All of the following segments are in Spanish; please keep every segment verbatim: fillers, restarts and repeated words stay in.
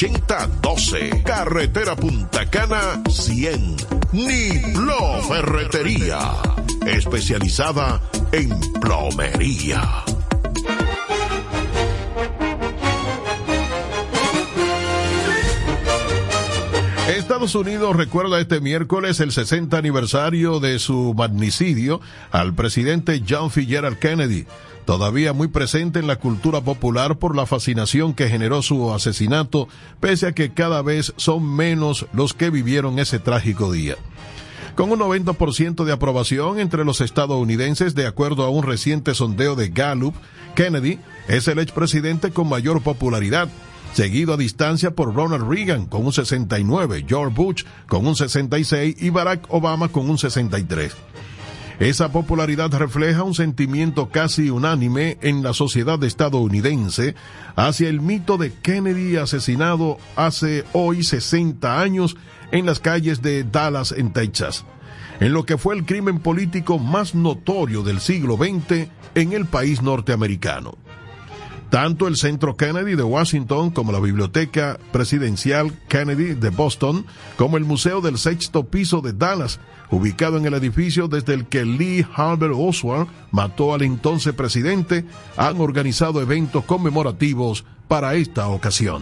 ochenta doce, carretera Punta Cana cien. Niplo Ferretería, especializada en plomería. Estados Unidos recuerda este miércoles el sesenta aniversario de su magnicidio al presidente John F. Kennedy, todavía muy presente en la cultura popular por la fascinación que generó su asesinato, pese a que cada vez son menos los que vivieron ese trágico día. Con un noventa por ciento de aprobación entre los estadounidenses, de acuerdo a un reciente sondeo de Gallup, Kennedy es el expresidente con mayor popularidad, seguido a distancia por Ronald Reagan con un sesenta y nueve, George Bush con un sesenta y seis y Barack Obama con un sesenta y tres. Esa popularidad refleja un sentimiento casi unánime en la sociedad estadounidense hacia el mito de Kennedy asesinado hace hoy sesenta años en las calles de Dallas, en Texas, en lo que fue el crimen político más notorio del siglo veinte en el país norteamericano. Tanto el Centro Kennedy de Washington como la Biblioteca Presidencial Kennedy de Boston, como el Museo del Sexto Piso de Dallas, ubicado en el edificio desde el que Lee Harvey Oswald mató al entonces presidente, han organizado eventos conmemorativos para esta ocasión.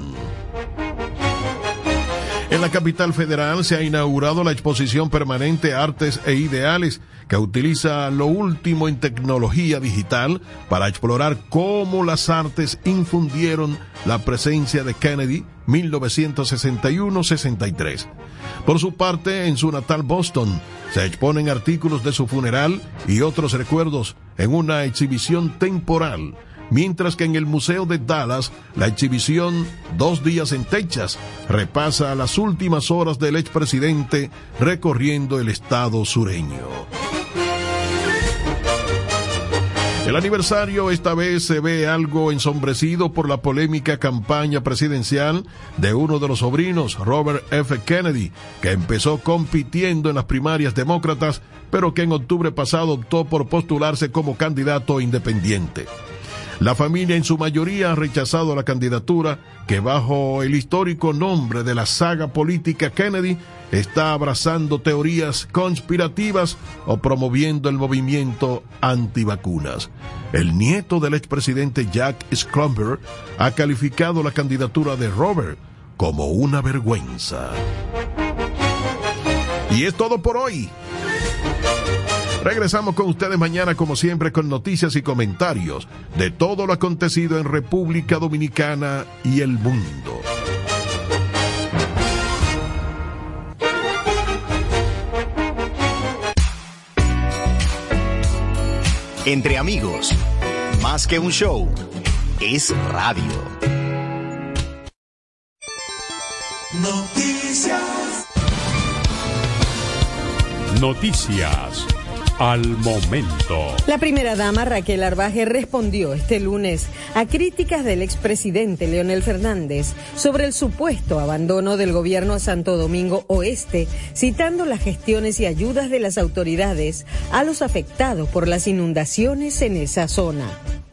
En la capital federal se ha inaugurado la exposición permanente Artes e Ideales, que utiliza lo último en tecnología digital para explorar cómo las artes infundieron la presencia de Kennedy mil novecientos sesenta y uno a sesenta y tres. Por su parte, en su natal Boston, se exponen artículos de su funeral y otros recuerdos en una exhibición temporal, mientras que en el Museo de Dallas, la exhibición Dos días en Texas repasa las últimas horas del expresidente recorriendo el estado sureño. El aniversario esta vez se ve algo ensombrecido por la polémica campaña presidencial de uno de los sobrinos, Robert F. Kennedy, que empezó compitiendo en las primarias demócratas, pero que en octubre pasado optó por postularse como candidato independiente. La familia en su mayoría ha rechazado la candidatura, que bajo el histórico nombre de la saga política Kennedy está abrazando teorías conspirativas o promoviendo el movimiento antivacunas. El nieto del expresidente Jack Schlumberger ha calificado la candidatura de Robert como una vergüenza. Y es todo por hoy. Regresamos con ustedes mañana, como siempre, con noticias y comentarios de todo lo acontecido en República Dominicana y el mundo. Entre amigos, más que un show, es radio. Noticias. Noticias al momento. La primera dama Raquel Arbaje respondió este lunes a críticas del expresidente Leonel Fernández sobre el supuesto abandono del gobierno a Santo Domingo Oeste, citando las gestiones y ayudas de las autoridades a los afectados por las inundaciones en esa zona.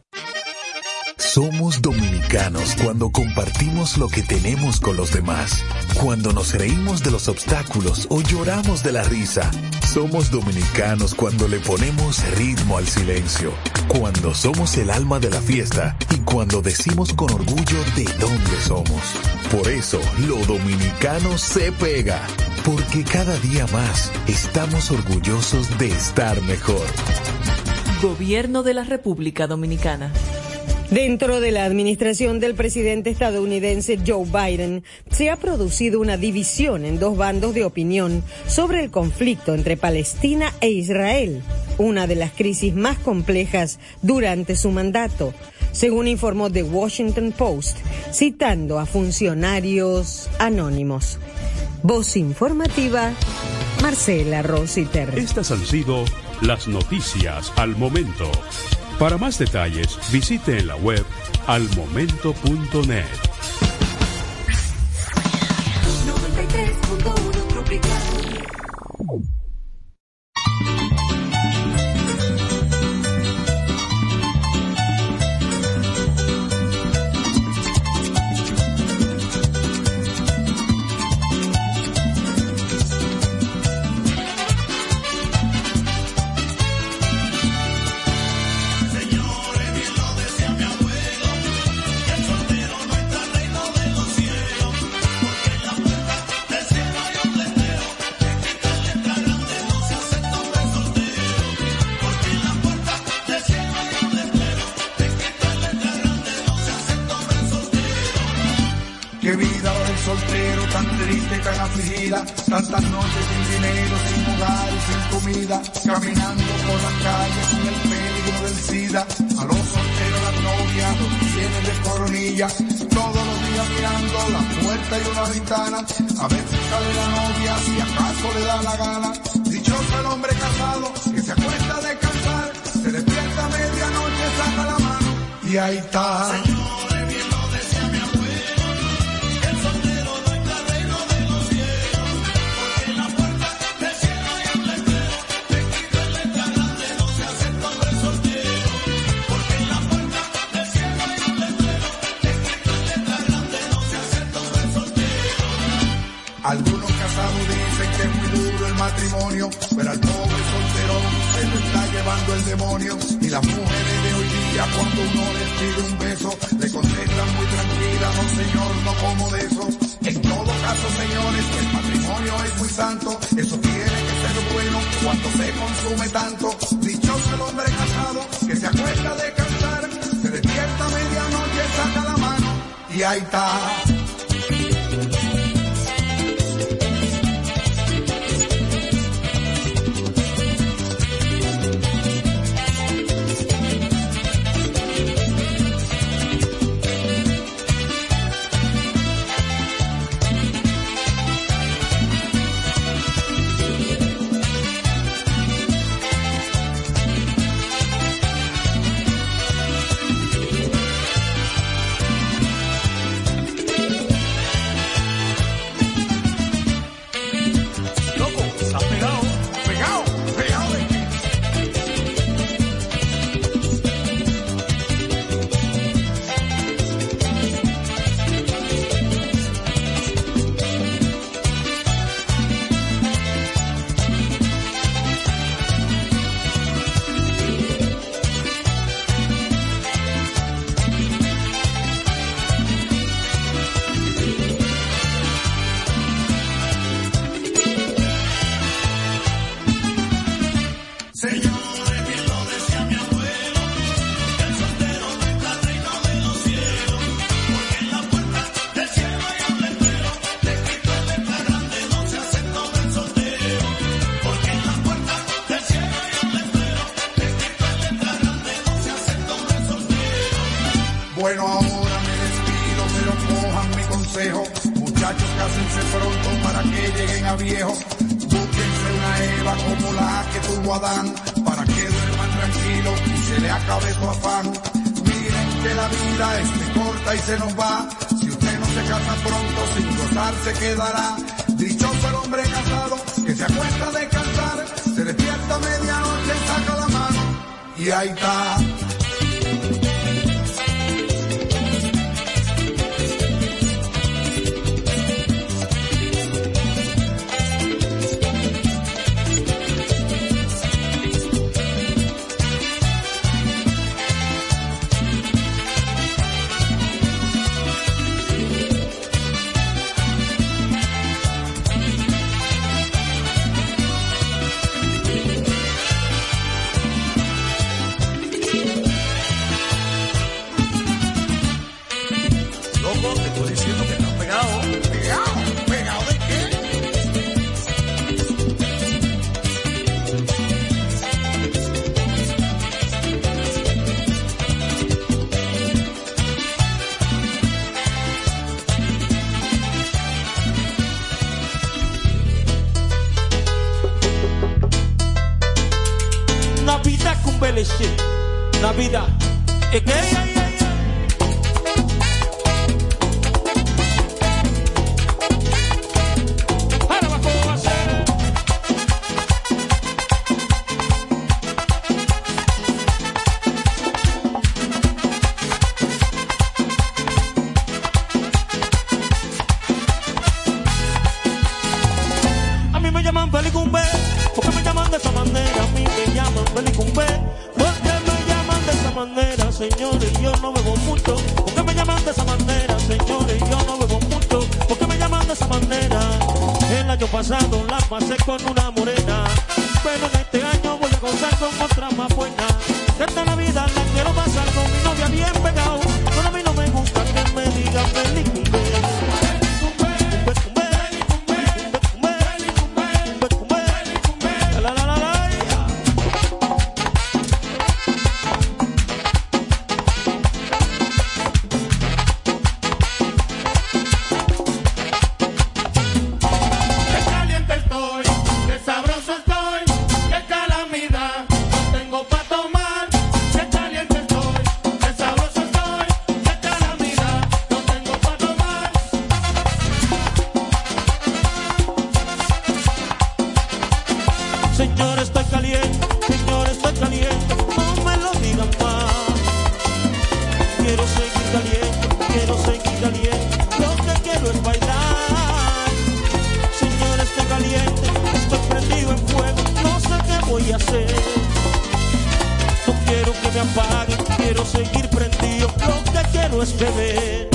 Somos dominicanos cuando compartimos lo que tenemos con los demás, cuando nos reímos de los obstáculos o lloramos de la risa. Somos dominicanos cuando le ponemos ritmo al silencio, cuando somos el alma de la fiesta y cuando decimos con orgullo de dónde somos. Por eso, lo dominicano se pega, porque cada día más estamos orgullosos de estar mejor. Gobierno de la República Dominicana. Dentro de la administración del presidente estadounidense Joe Biden, se ha producido una división en dos bandos de opinión sobre el conflicto entre Palestina e Israel, una de las crisis más complejas durante su mandato, según informó The Washington Post, citando a funcionarios anónimos. Voz informativa, Marcela Rositer. Estas han sido las noticias al momento. Para más detalles, visite en la web al momento punto net. noventa y tres punto uno Tropical. vida del soltero, tan triste, tan afligida, tantas noches sin dinero, sin hogar y sin comida, caminando por las calles con el peligro del SIDA. A los solteros las novias los tienen de coronilla, todos los días mirando la puerta y una ventana, a ver si sale la novia, si acaso le da la gana. Dichoso el hombre casado que se acuesta a descansar, se despierta a medianoche, saca la mano y ahí está. Señores, bien lo decía mi abuelo, el soltero no entra al reino de los cielos, porque en la puerta del cielo hay un letrero, escrito en letra grande, no se acepta hombre soltero, porque en la puerta del cielo hay un letrero, escrito en letra grande, no se acepta hombre soltero. Algunos casados dicen que es muy duro el matrimonio, pero al pobre solterón se lo está llevando el demonio. Y las mujeres de hoy día, cuando uno les pide un beso, le contestan muy tranquila, no señor, no como de eso. En todo caso, señores, el matrimonio es muy santo, eso tiene que ser bueno cuando se consume tanto. Dichoso el hombre casado que se acuesta de cantar, se despierta a medianoche, saca la mano y ahí está. Bueno, ahora me despido, pero cojan mi consejo. Muchachos, cásense pronto para que lleguen a viejo. Búsquense una Eva como la que tuvo Adán, para que duerman tranquilo y se le acabe su afán. Miren que la vida es muy corta y se nos va. Si usted no se casa pronto, sin gozar se quedará. Dichoso el hombre casado que se acuesta a descansar, se despierta a medianoche, saca la mano y ahí está. Navidad, es que ay, ay, ay. Ahora va como va a ser. A mí me llaman Felicumbe, porque me llaman de esa manera. A mí me llaman Felicumbe. Manera, señores, yo no bebo mucho. ¿Por qué me llaman de esa manera, señores? Yo no bebo mucho. ¿Por qué me llaman de esa manera? El año pasado la pasé con una morena, pero en este año voy a gozar con otra más buena. Esta Navidad la quiero pasar con mi novia bien pegado, pero a mí no me gusta que me digan Felicumbe. Señor, estoy caliente, señor, estoy caliente, no me lo digan más. Quiero seguir caliente, quiero seguir caliente, lo que quiero es bailar. Señor, estoy caliente, estoy prendido en fuego, no sé qué voy a hacer. No quiero que me apaguen, quiero seguir prendido, lo que quiero es beber.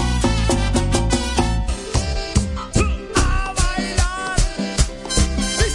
A bailar.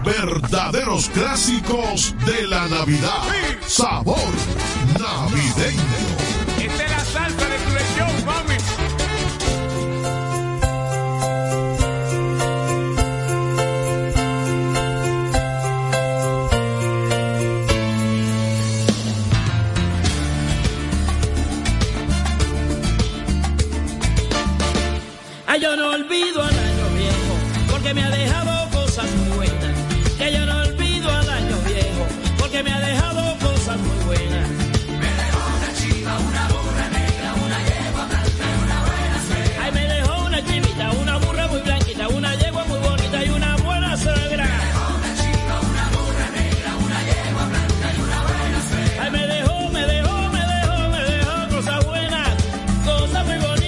Los verdaderos clásicos de la Navidad. Sabor navideño. Esta es la salsa de tu lechón, mami. Ay, yo no olvido al año viejo, porque me ha dejado cosas muy buenas. Que yo no olvido al año viejo, porque me ha dejado cosas muy buenas. Me dejó una chiva, una burra negra, una yegua blanca y una buena suegra. Ay, me dejó una chivita, una burra muy blanquita, una yegua muy bonita y una buena suegra. Me dejó una chiva, una burra negra, una yegua blanca y una buena suegra. Ay, me dejó, me dejó, me dejó, me dejó cosas buenas, cosas muy bonitas.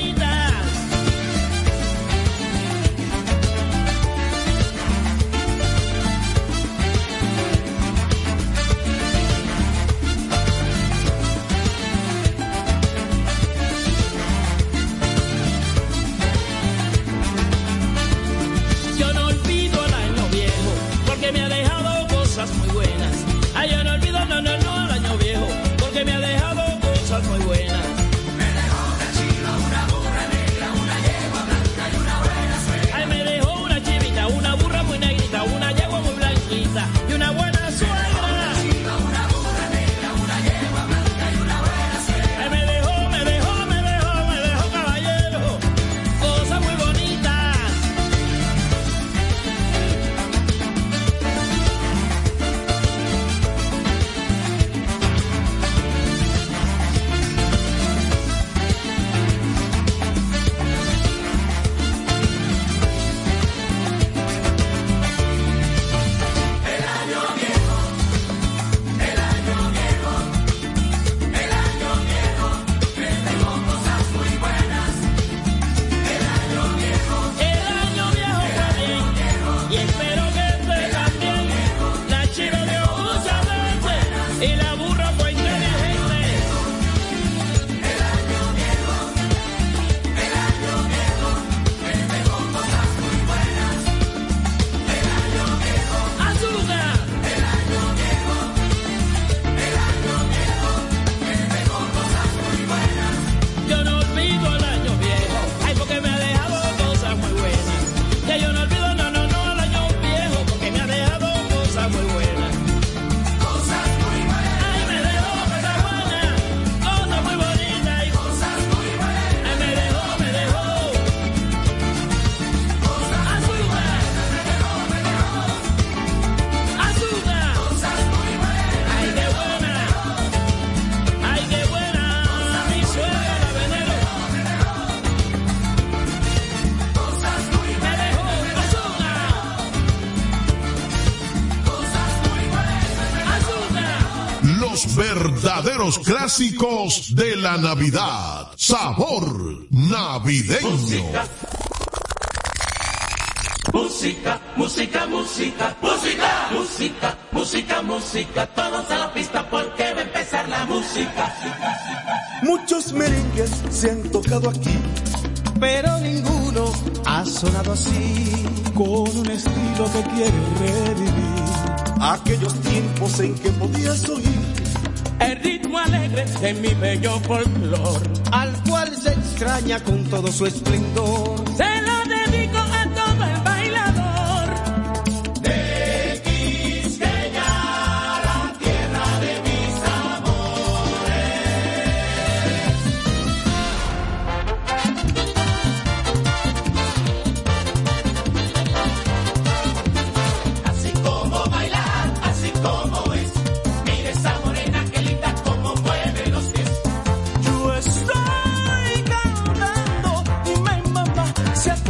Yo no olvido al año viejo, porque me ha dejado cosas muy buenas. Ay, yo no olvido, no, no, no, al año viejo, porque me ha dejado cosas muy buenas. Me dejó una chiva, una burra negra, una yegua blanca y una buena suegra. Ay, me dejó una chivita, una burra muy negrita, una yegua muy blanquita y una buena suegra. Una chiva, una burra negra, una yegua blanca y una buena suegra. Ay, me dejó, me dejó, me dejó, me dejó caballero, cosas muy bonitas. El año viejo, el año viejo, el año viejo, me dejó cosas muy buenas. El año viejo, El año viejo fue bien, y espero que esté también. La chiva dio mucha leche y la burra fue inteligente. el año viejo, el año viejo, me dejó cosas muy buenas. El año viejo, ¡Azúcar! el año viejo, el año viejo, me dejó cosas muy buenas. Yo no olvido al año viejo, ay, porque me ha dejado cosas muy buenas. Que yo no olvido, no, no, no, al año viejo, porque me ha dejado cosas muy buenas. Cosas muy buenas, Ay, me dejó cosas buenas, cosas muy bonitas y cosas muy buenas, ay, me dejó, me dejó. Azúcar, azúcar, cosas muy buenas, ay, qué buena, ay, qué buena, mi suegra la venero. cosas muy Me buenas, dejó azúcar, cosas muy buenas. azúcar. Los verdaderos clásicos de la Navidad. Sabor navideño. Música, música, música, música, música, música, música, todos a la pista porque va a empezar la música. Muchos merengues se han tocado aquí, pero ninguno ha sonado así, con un estilo que quiere revivir aquellos tiempos en que podías oír El ritmo alegre de mi bello folclor, al cual se extraña con todo su esplendor. se lo dedico a todo el bailador. De Quisqueya, la tierra de mis amores. Así como bailar, así como es. Mira esa morena que linda como mueve los pies. Yo estoy cantando, dime mamá, si a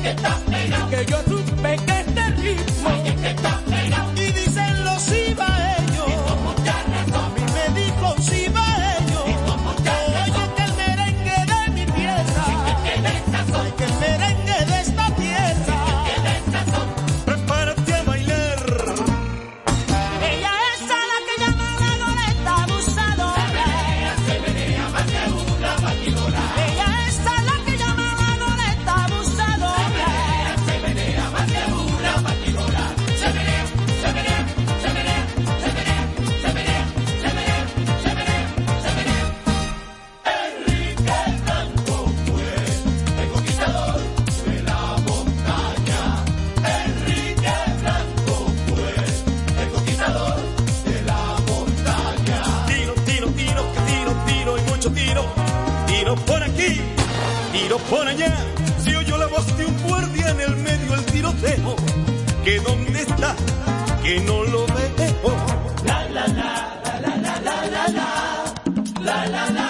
que está pegado. Que yo supe que este ritmo Ay, que está pegado. y dicen los ibaeños. Y con mucha razón. A mí me dijo ibaeños. Y con mucha razón. Oye que el merengue de mi tierra. Tiene razón. Ay, que el merengue de esta tierra. Tiene razón. Prepárate a bailar. Ella es a la que llaman la goleta abusadora. Se menea más que una batidora. Ella es a la que llaman la goleta abusadora. Se menea más que una batidora. Se menea, se menea, se menea, se menea, se menea, se menea, se menea, se menea. Enrique Blanco fue el conquistador de la montaña. Enrique Blanco fue el conquistador de la montaña. Tiro, tiro, tiro, que tiro, tiro y mucho tiro. Tiro por aquí, tiro por allá. Si oyo la voz de un guardia en el medio el tiroteo. Que dónde está, que no lo veo. La la la la la la la la la la la la.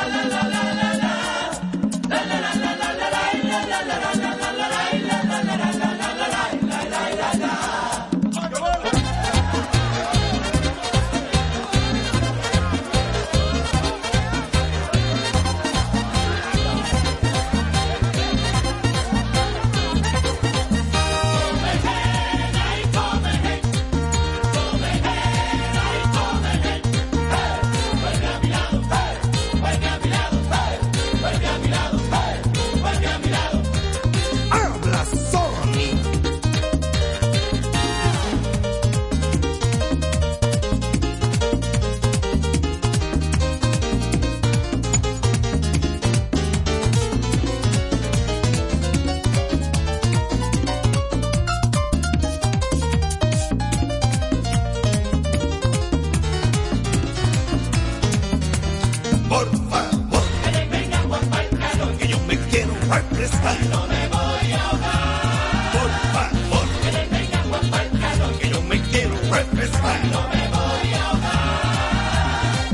Habla Sony. Por favor, que yo me quiero refrescar. No me voy a ahogar. Por favor, que yo me quiero refrescar. No me voy a ahogar.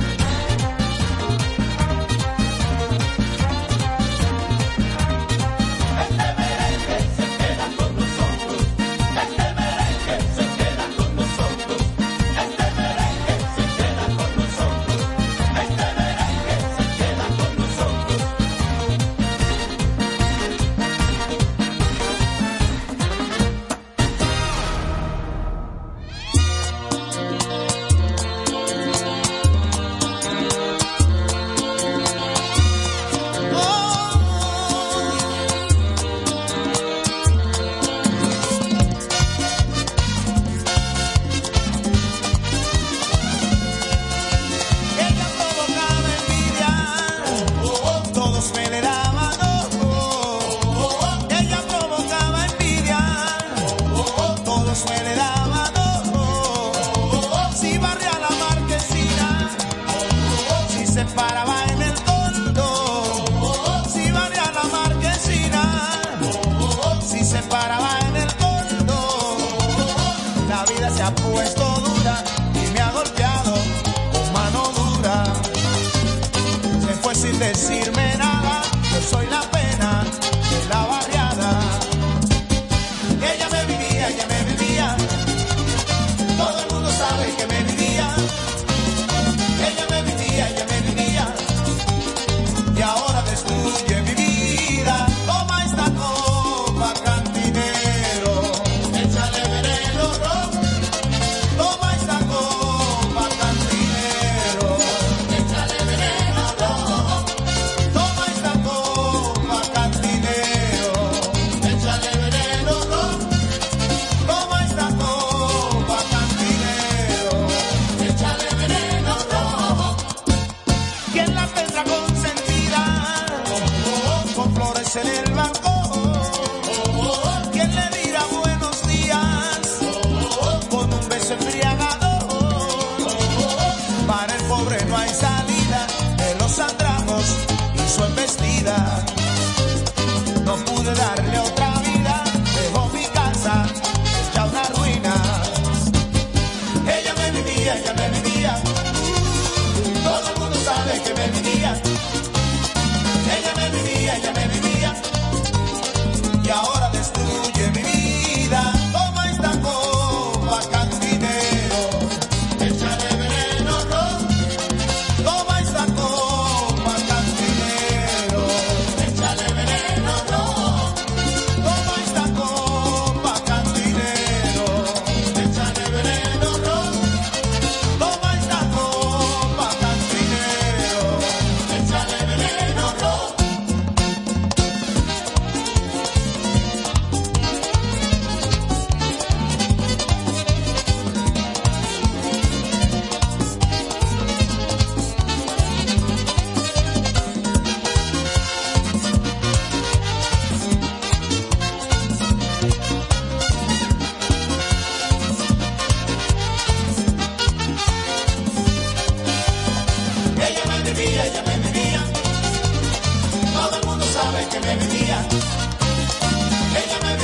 Este merengue se queda con nosotros. Este merengue se queda con nosotros. Este merengue se queda con nosotros. Este merengue se queda con nosotros. Ella provocaba envidia, todos me le daban ojo. Ella provocaba envidia, todos me le daban ojo. Si barría la marquesina, si se paraba en el toldo. Si barría la marquesina, si se paraba en el toldo. La vida se ha puesto dura y me ha golpeado con mano dura. Se fue sin decirme nada, yo soy la pena de la barriada. Ella me vivía, ella me vivía, todo el mundo sabe que me vivía. Ella me vivía, ella me vivía, y ahora destruye mi vida. Toma esta copa, cantinero, échale veneno, ron.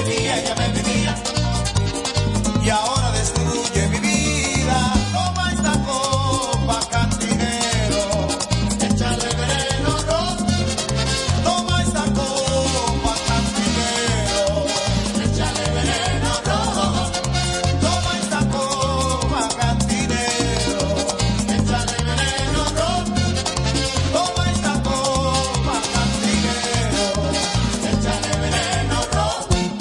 vivía, ella me vivía, y ahora destruye mi vida. Toma esta copa, cantinero, échale veneno, ron. Toma esta copa, cantinero, échale veneno, ron. Toma esta copa, cantinero, échale veneno, ron. Toma esta copa, cantinero, échale veneno, ron.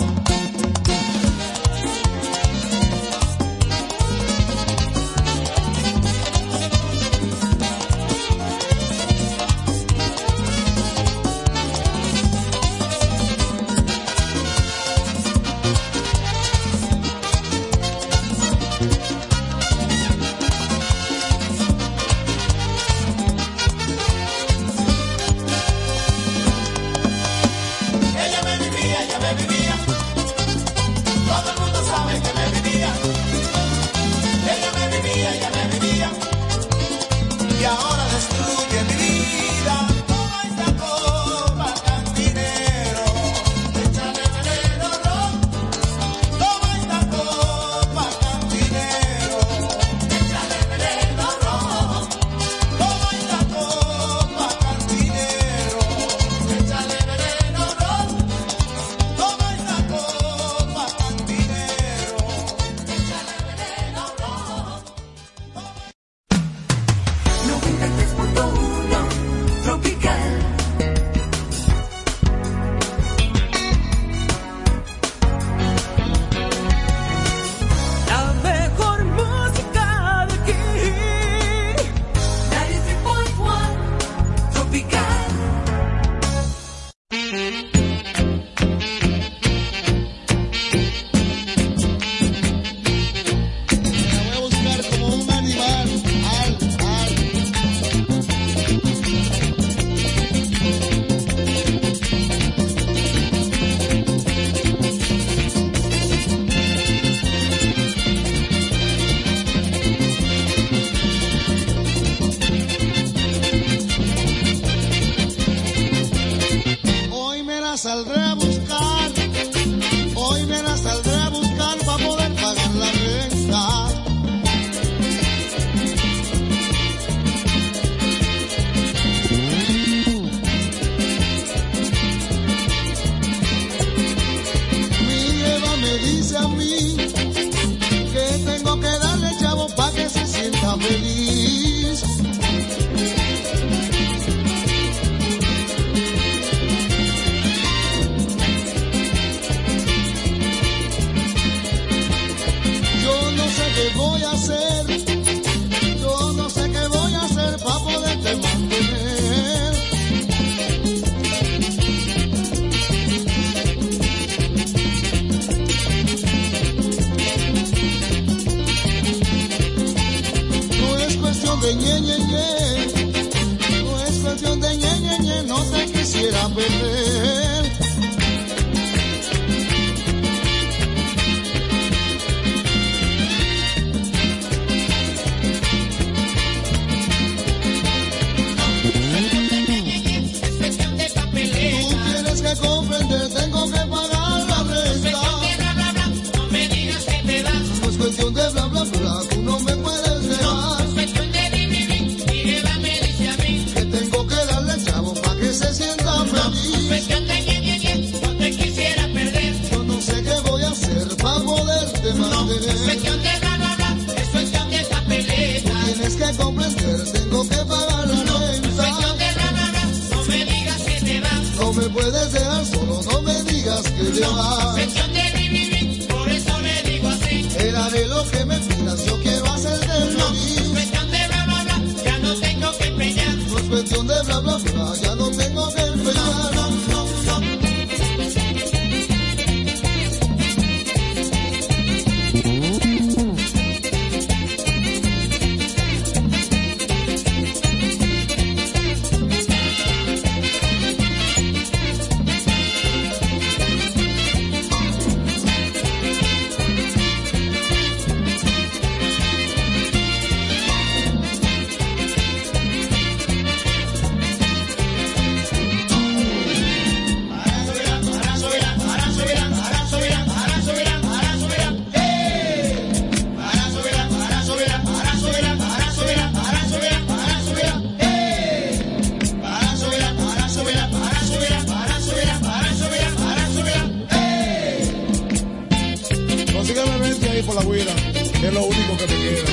Ella me vivía, ella me vivía, todo el mundo sabe que me vivía. Ella me vivía, ella me vivía, y ahora destruye mi vida. Toma esta copa, cantinero, échale veneno, ron. Toma esta copa, cantinero, échale veneno, ron. Toma esta copa, cantinero, échale veneno, ron. Toma esta copa, cantinero, échale veneno, ron. noventa y tres punto uno Tropical. La mejor música de aquí. noventa y tres punto uno Tropical. Me voy a buscar como un animal. Al, al. Hoy me la saldré a buscar. Hoy me la saldré a buscar para poder pagar la renta. Mi Eva me dice a mí que tengo que darle chavo para que se sienta feliz. Yo no sé qué voy a hacer, yo no sé qué voy a hacer para poderte mantener. No es cuestión de ñe, ñe, ñe, no es cuestión de ñe, ñe, ñe, no te quisiera perder. Tú tienes que comprender, tengo que pagar la renta. No me digas que te da. No es cuestión de bla bla bla, tú no me puedes dejar. Cuestión de vivir. Mi Eva me dice a mí. Que tengo que darle chavo para que se sienta feliz. Cuestión de ñe, ñe, ñe, no te quisiera perder. Yo no sé qué voy a hacer para poderte mantener. Cuestión de bla, bla, bla, es cuestión de papeleta. Tienes que comprender, tengo que pagar la renta. Cuestión de bla, bla, bla, no me digas que te vas. No me puedes dejar solo, no me digas que te vas. Cuestión de vivir, por eso le digo así. Era de lo que me pidas, yo quiero hacerte feliz. Cuestión de bla, bla, bla, ya no tengo que empeñar. No es cuestión de bla bla bla, ya no tengo que empeñar. No, no, no. ir por la guira, que es lo único que me queda.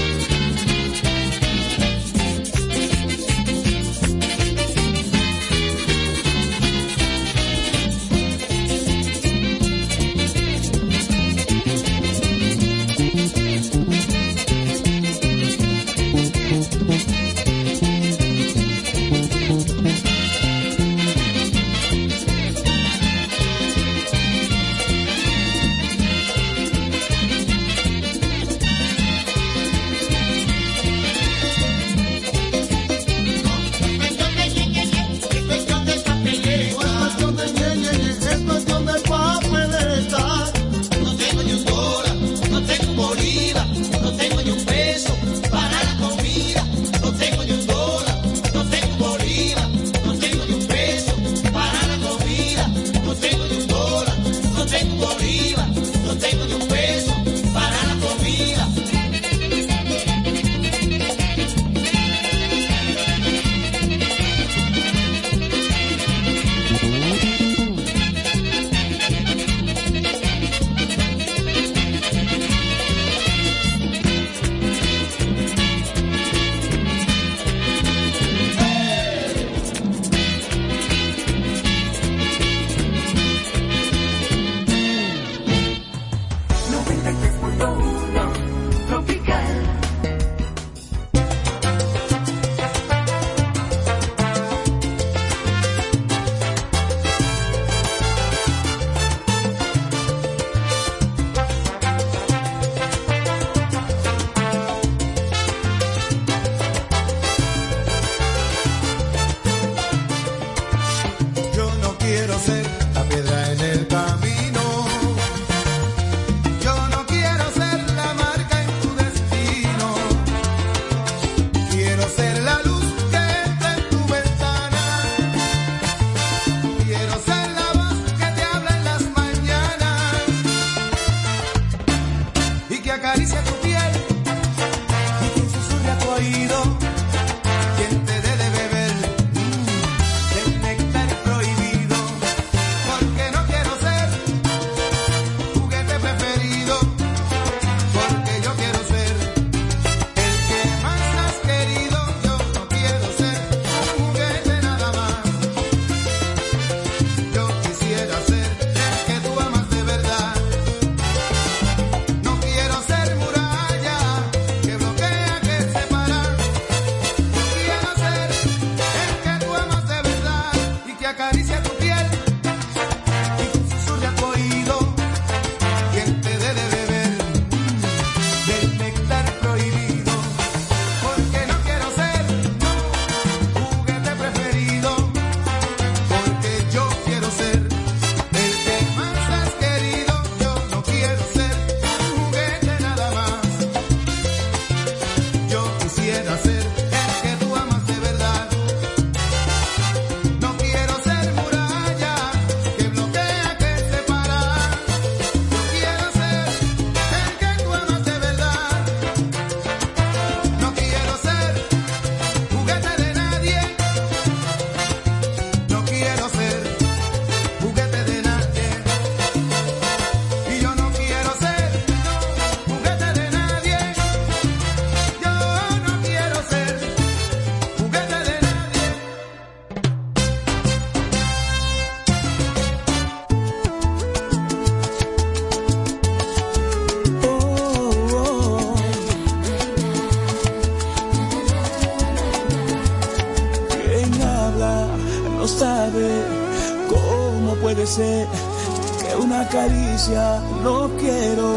Que una caricia no quiero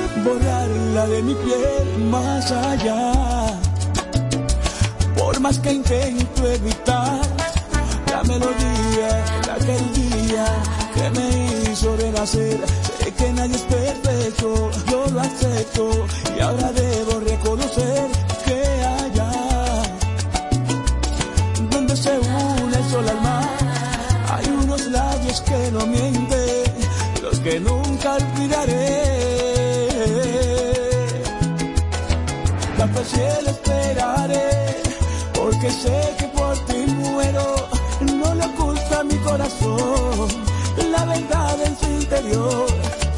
borrarla de mi piel más allá. Por más que intento evitar la melodía de aquel día que me hizo renacer. Sé que nadie es perfecto, yo lo acepto y ahora debo reconocer que allá donde se une el sol al mar hay unos labios que no mienten, los que nunca olvidaré. Bajo el cielo esperaré, porque sé que por ti muero. No le oculto a mi corazón la verdad en su interior.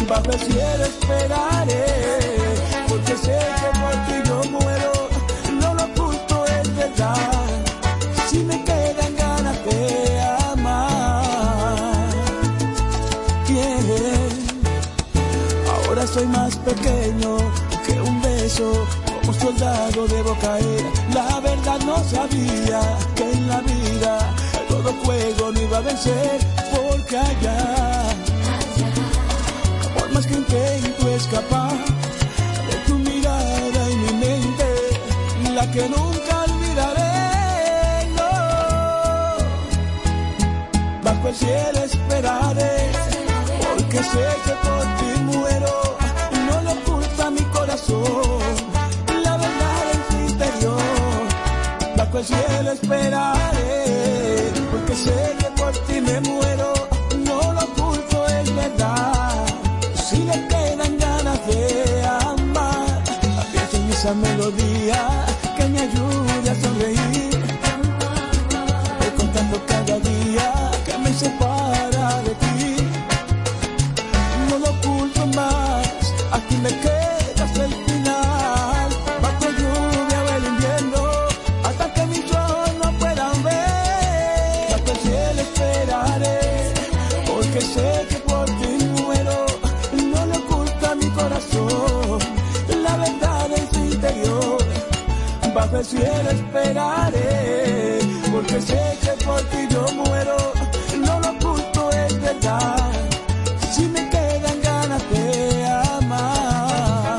bajo el cielo esperaré, porque sé que por ti yo muero, no lo oculto, es verdad, si me quedan ganas de amar. Yeah. Ahora soy más pequeño que un beso, como soldado debo caer, la verdad no sabía que en la vida todo juego no iba a vencer por callar. Por más que intento escapar de tu mirada y mi mente, la que nunca olvidaré, no. Bajo el cielo esperaré, porque sé que por ti muero, no lo oculta mi corazón, la verdad en su interior. Bajo el cielo esperaré, porque sé que por ti me muero, no lo oculto, es verdad, si le quedan ganas de amar, pienso en esa melodía que me ayude a sonreír, contando cada día que me separa de ti, no lo oculto más, aquí me quedas el final, bajo lluvia o el invierno, hasta que mis ojos no puedan ver, bajo el cielo esperaré, porque sé que por ti muero, no lo oculta mi corazón, la verdad en su interior, bajo el cielo esperaré, porque sé que por ti yo muero, no lo oculto, es verdad, si me quedan ganas de amar.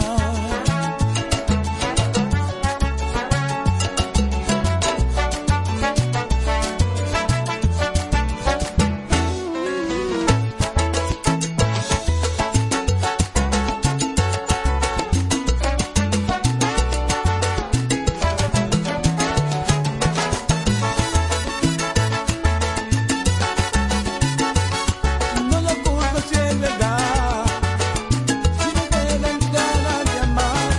No lo oculto si es verdad, si me quedan ganas de amar.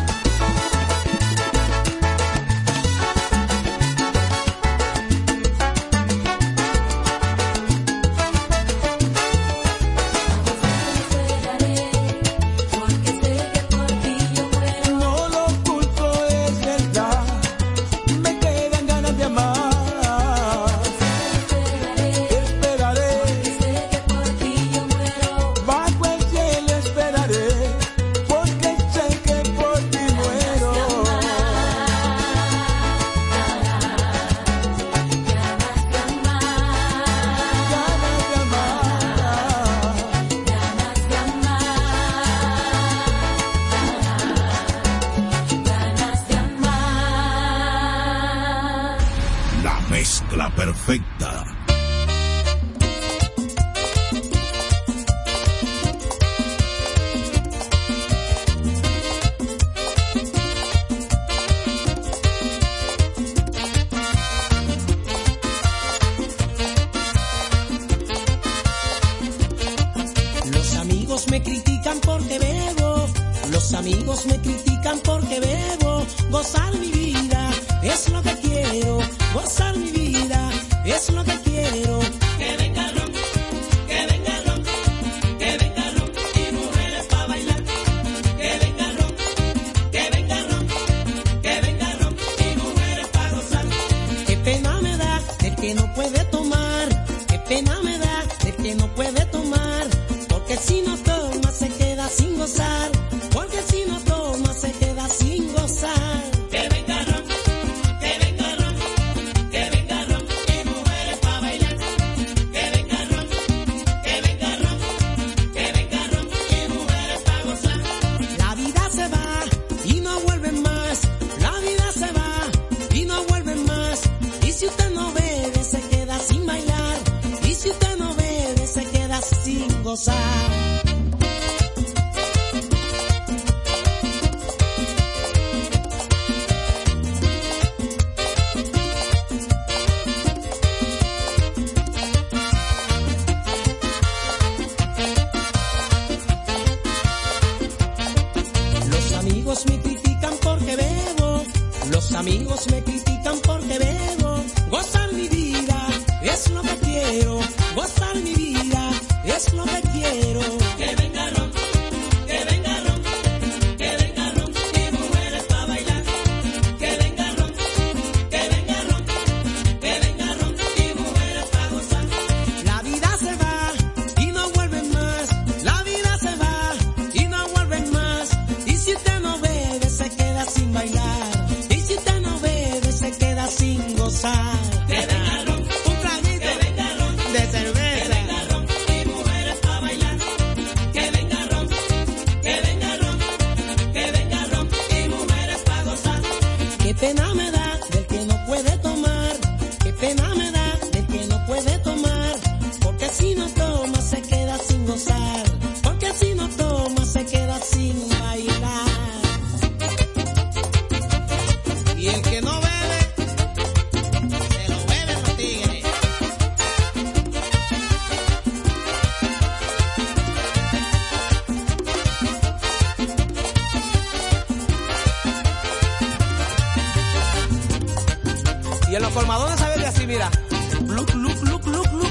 No lo oculto, es verdad, me quedan ganas de amar. Esperaré, bajo el cielo esperaré, porque sé que por ti muero. Ganas de La mezcla perfecta. Los amigos me critican porque bebo, los amigos me critican porque bebo, gozar mi vida es lo que quiero, gozar mi vida es lo que quiero. Que venga ron, que venga ron, que venga ron y mujeres pa' bailar. Que venga ron, que venga ron, que venga ron y mujeres pa' gozar. Qué pena me da el que no puede tomar, qué pena me da el que no puede tomar, porque si no toma se queda sin gozar, porque si no toma se queda sin gozar. Que venga ron, que venga ron, que venga ron y mujeres pa' bailar. Que venga ron, que venga ron, que venga ron y mujeres pa' gozar. La vida se va y no vuelve más, la vida se va y no vuelve más, y si usted no bebe se queda sin bailar, y si usted no bebe se queda sin gozar. Los amigos me critican porque bebo, los amigos me critican porque bebo, gozar mi vida es lo que quiero, gozar mi vida es lo que quiero. Que venga ron, pena me da del que no puede tomar, qué pena me da del que no puede tomar, porque si no toma se queda sin gozar, porque si no toma se queda sin bailar. Y el que no bebe, se lo beben los tigres. Y en los colmadones saben de así, mira. Look, look, look, look, look.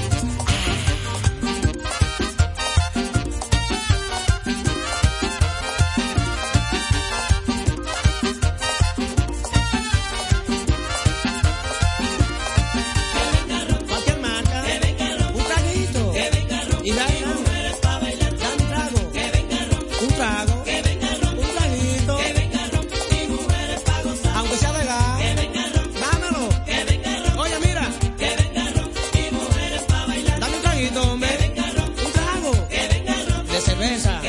Cualquier marca, un traguito, y baila, dan trago, un trago, un traguito, aunque sea de gas, dámelo. Oye, mira, dame un traguito, hombre, un trago de cerveza.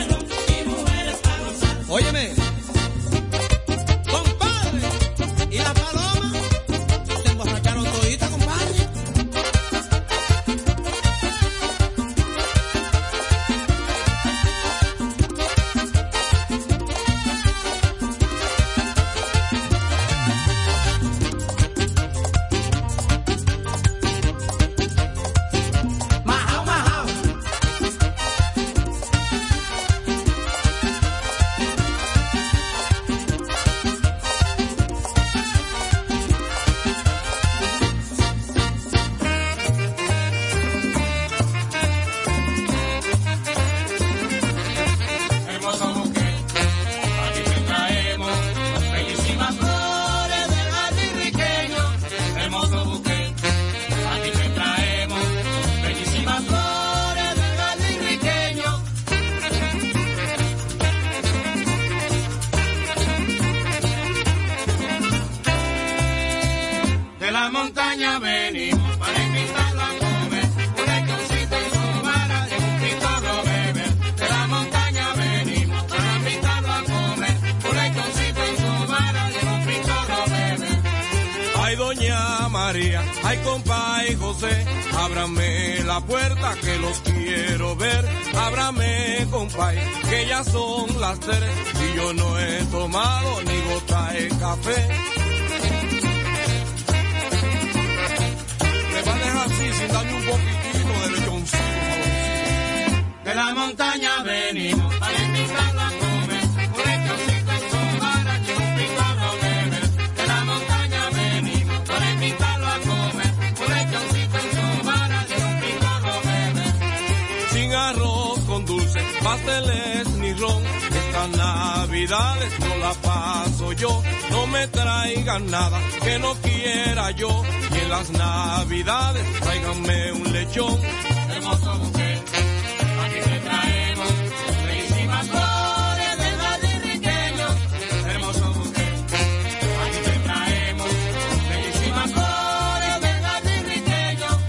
Óyeme, compadre, y la paloma se emborracharon todita, compadre. Majao, majao. Hermoso buque, aquí te traemos bellísimas flores del jardín riqueño. Hermoso buque, aquí te traemos bellísimas flores del jardín riqueño. De la montaña venimos para invitarlo a comer un lechoncito en su vara y un pitorro beber. De la montaña venimos para invitarlo a comer un lechoncito en su vara y un pitorro beber. Ay, doña María, ay, compa y José, ábrame la puerta que los quiero ver. Ábrame, compa, que ya son las tres y yo no he tomado ni gota de café. Me va a dejar así sin darme un poquitito de lechoncito, saborcito. De la montaña venimos para invitarlo a comer un lechoncito en su vara y un pitorro beber. De la montaña venimos para invitarlo a comer un lechoncito en su vara y un pitorro beber. Sin arroz con dulce, pasteles ni ron. Estas navidades no la paso yo. No me traigan nada que no quiera yo. Y en las navidades tráiganme un lechón. Hermoso buque, aquí te traemos bellísimas flores del jardín riqueño. Hermoso buque, aquí te traemos bellísimas flores del jardín riqueño.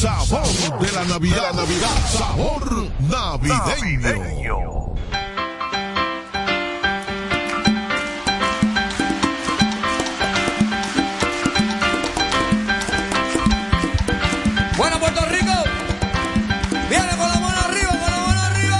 sabor de la Navidad, Navidad, sabor navideño. Bueno, Puerto Rico, viene con la mano arriba, con la mano arriba.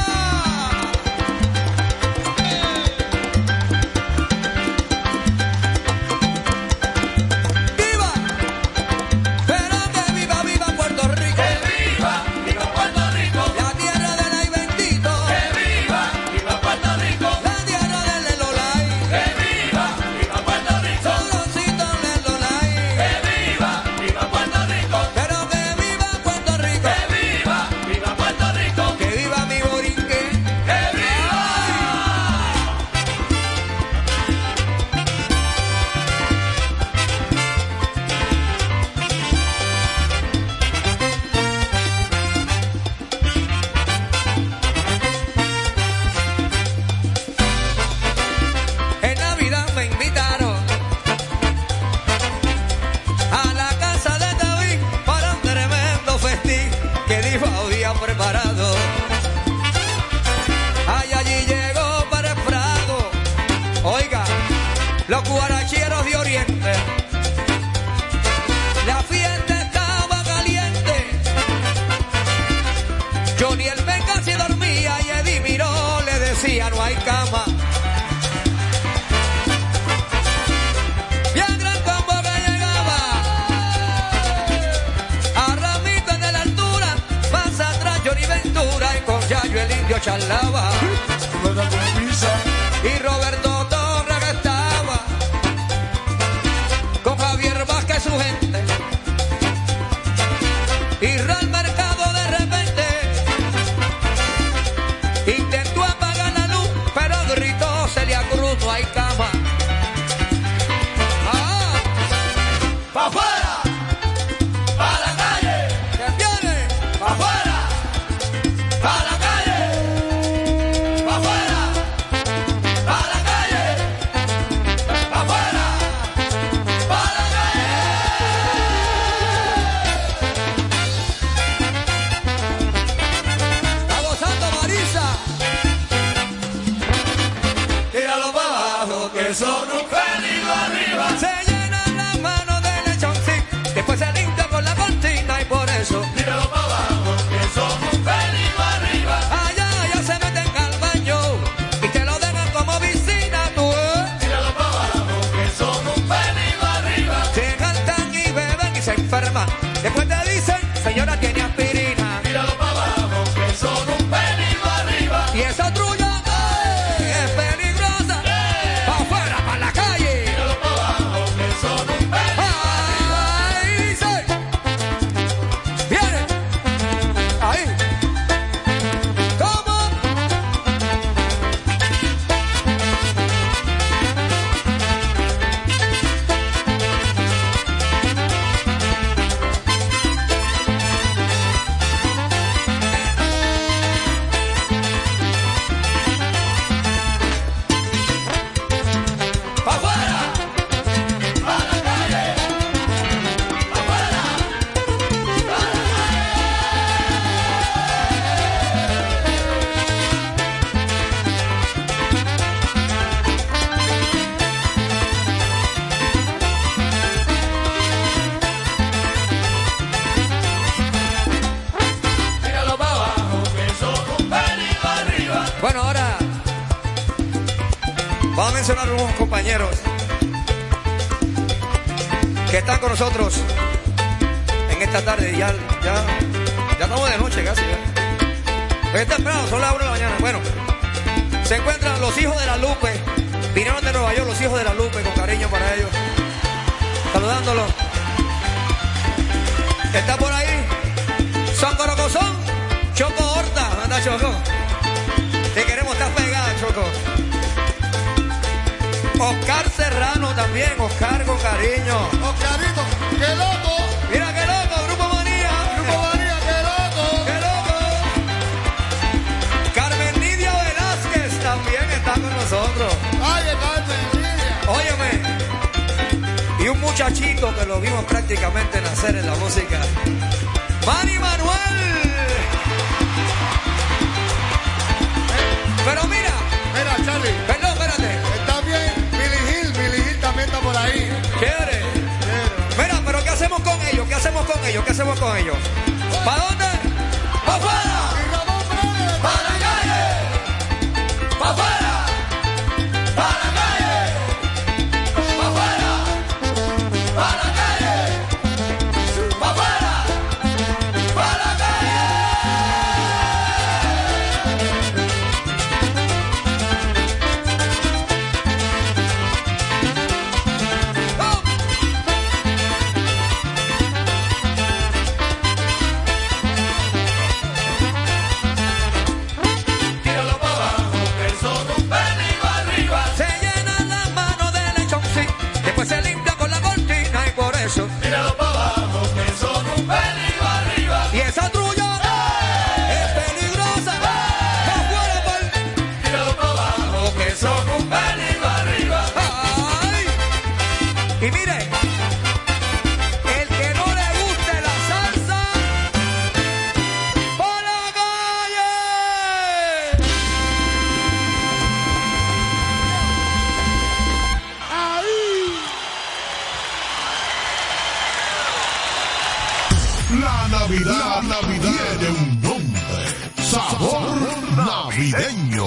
¡Viva! Pero que viva, viva Puerto Rico. Que viva, viva Puerto Rico. La tierra del ay bendito. Que viva, viva Puerto Rico. La tierra del Lelolay. Que viva, viva Puerto Rico. Soloncito Lelolay. Que viva, viva Puerto Rico. Pero que viva Puerto Rico. Que viva, viva Puerto Rico. Que viva mi borinque. Que viva. En Navidad me invitaron a la casa de David para un tremendo festín que Dios había preparado. Ay, allí llegó para el Prado, oiga, los guaracheros de Oriente. La fiesta estaba caliente. Johnny el Ben casi dormía y Eddie Miró le decía no hay cama. Bien gran combo que llegaba a Ramito en la altura, más atrás Johnny Ventura y con Yayo el indio charlaba. Y Roberto Torres que estaba con Javier Vázquez su gente. Y Real Mercado de repente intentó apagar la luz, pero gritó Celia Cruz no hay cama. ¡Pa' afuera! ¡Pa' la calle! ¿Qué viene? ¡Pa' afuera! ¡Pa' la calle! ¡Pa' afuera! ¡Pa' la calle! ¡Pa' afuera! ¡Pa' la calle! ¡Está gozando Marisa! Tíralo para abajo que son un peligro arriba. Se llenan las manos de lechoncito, después se limpia con la cortina y por eso Tíralo para abajo que son un peligro arriba. allá, allá se meten al baño y te lo dejan como piscina tú, ¿eh? Tíralo para abajo que son un peligro arriba. Se cantan y beben y se enferman, después te dicen, señora tiene aspirina. Tíralo para abajo que son un peligro arriba. Y esa trulla ¡ay! Es peligrosa. Pa' afuera, pa' la calle. Tíralo para abajo que son un peligro. Ahí se viene. Ahí. ¿Cómo? ¡Pa' afuera! ¡Pa' la calle! ¡Pa' afuera! ¡Pa' la calle! Tíralo para abajo que son un peligro arriba. Bueno, ahora vamos a mencionar unos compañeros que están con nosotros en esta tarde. Ya, ya, ya estamos de noche casi. Ya. Es temprano, son las una de la mañana. Bueno, se encuentran los hijos de la Lupe. Vinieron de Nueva York los hijos de la Lupe, con cariño para ellos. Saludándolos. Está por ahí Son Corocosón, Choco Horta. Anda, Choco. Te queremos estar pegada, Choco. Oscar Serrano también, Oscar con cariño. Oscarito, qué loco. Mira qué loco, Grupo Manía. Grupo Manía, qué loco. Qué loco. Carmen Nidia Velázquez también está con nosotros. Ay, Carmen Nidia. Óyeme. Y un muchachito que lo vimos prácticamente nacer en la música. Manny ellos? ¿Qué hacemos con ellos? ¿Para dónde? ¡Para afuera! ¡Para la calle! ¡Para afuera! ¡Para la calle! ¡Para afuera! ¡Para la calle! ¡Para afuera! ¡Para la calle! Tíralo para abajo, que el sol un penny va arriba. Se llenan las manos de lechón, sí. Después se limpia con la cortina y por eso. Tíralo para abajo, que el sol un penny va arriba. Y esa trulla es peligrosa. No fuera por. Tíralo para abajo, que el sol un penny va arriba. Ay. Y mire, el que no le guste la salsa, ¡por la calle! La Navidad, la Navidad tiene un nombre. Sabor navideño.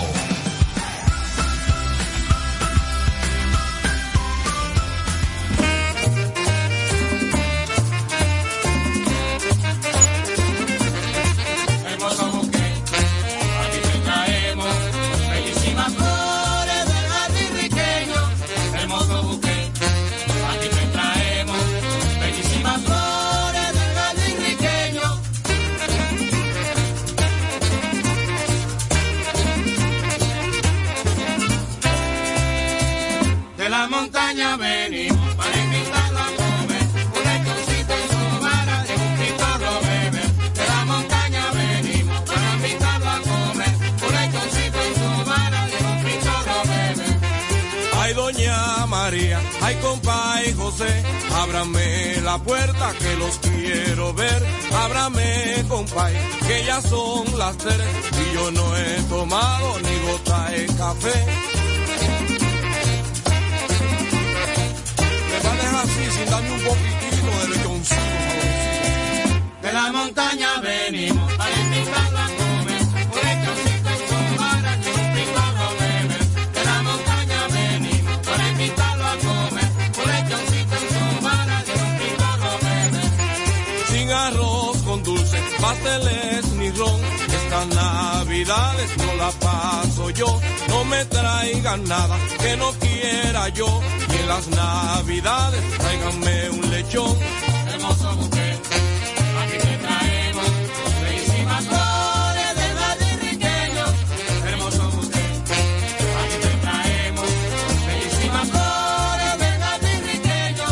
Hermoso buque, aquí te traemos bellísimas flores del jardín riqueño. Hermoso buque, aquí te traemos bellísimas flores del jardín riqueño. De la montaña venimos para invitarlo a comer un lechoncito en su vara de un pitorro bebé. De la montaña venimos para invitarlo a comer un lechoncito en su vara de un pitorro bebé. Ay, doña María, ay, compa y José, ábrame la puerta que los quiero ver. Ábrame, compa, que ya son las tres y yo no he tomado ni gota de café. Me va a dejar así sin darme un poquitito de lechoncito sabrosito. De la montaña venimos para invitarlo a comer un lechoncito en su vara de un pitorro bebé. De la montaña venimos para invitarlo a comer un lechoncito en su vara de un pitorro bebé. Sin arroz con dulce, pasteles ni ron. Estas navidades no la paso yo. No me traigan nada que no quiera yo. Y en las navidades tráiganme un lechón. Hermoso buque, aquí te traemos bellísimas flores del jardín riqueño. Hermoso buque, aquí te traemos bellísimas flores del jardín riqueño.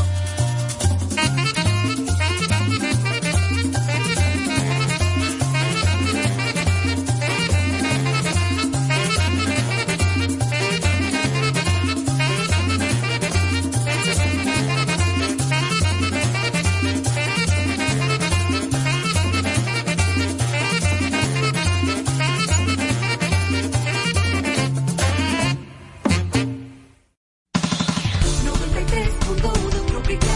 noventa y tres punto uno Tropical.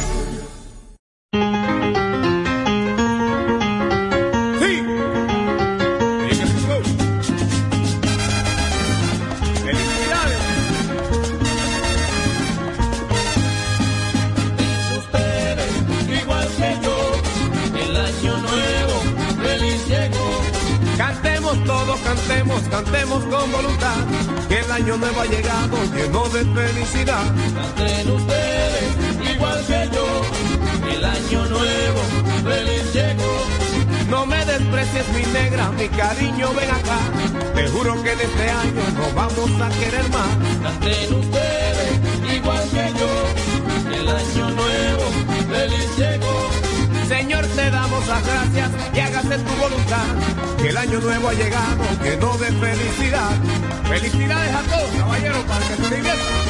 Ustedes, igual que yo, el año nuevo feliz llegó. Cantemos todos, cantemos, cantemos con voluntad, que el año nuevo ha llegado lleno de felicidad. Canten ustedes, igual que yo, el año nuevo feliz llegó. No me desprecies, mi negra, mi cariño, ven acá. Te juro que en este año nos vamos a querer más. Canten ustedes, igual que yo, el año nuevo feliz llegó. Señor, te damos las gracias y hágase tu voluntad, que el año nuevo ha llegado lleno de felicidad. Felicidades a todos, caballeros, para que se diviertan.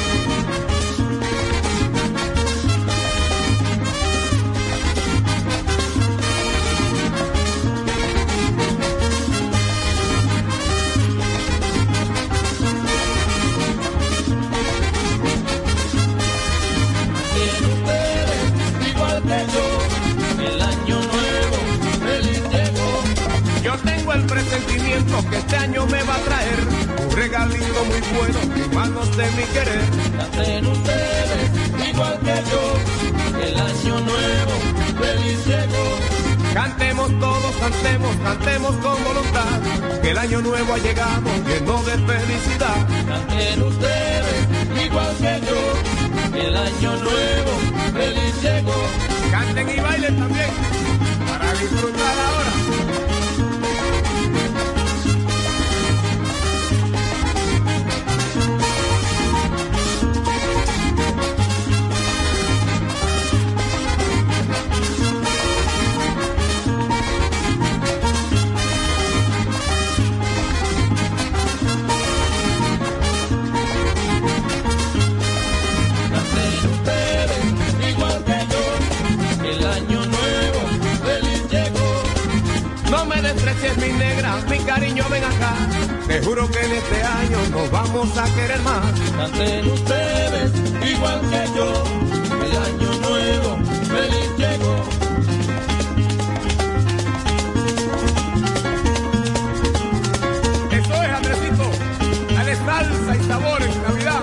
Igual que yo, el año nuevo presentimiento que este año me va a traer un regalito muy bueno en manos de mi querer. Canten ustedes, igual que yo, el año nuevo feliz llegó. Cantemos todos, cantemos, cantemos con voluntad, que el año nuevo ha llegado lleno de felicidad. Canten ustedes, igual que yo, el año nuevo feliz llegó. Canten y bailen también, para disfrutar ahora. Desprecies mi negra, mi cariño, ven acá. Te juro que en este año nos vamos a querer más. Canten ustedes, igual que yo, el año nuevo feliz llegó. Eso es, Andresito. Dale salsa y sabor en Navidad.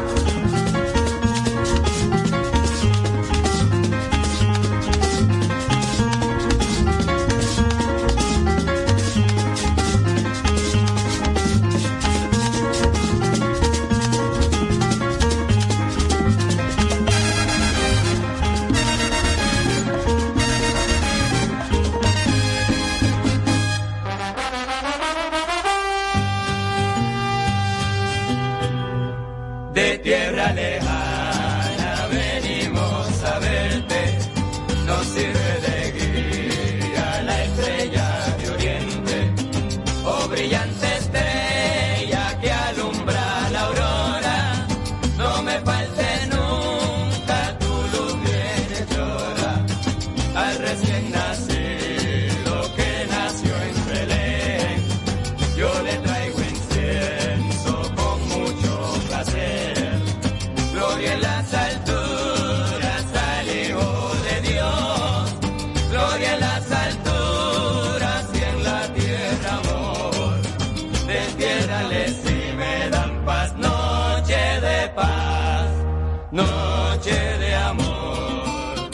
De tierra lejana venimos a verte, nos sirve de guía la estrella de oriente, oh brillante estrella que alumbra la aurora, no me falte nunca tu luz bienhechora, al recién nacido que nació en Belén, yo le traigo incienso con mucho placer. Gloria en las alturas al Hijo de Dios, gloria en las alturas y en la tierra amor, despiértales si me dan paz, noche de paz, noche de amor.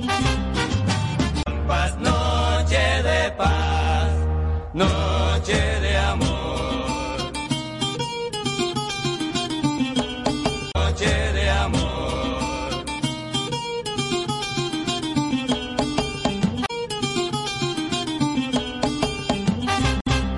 Paz, noche de paz, noche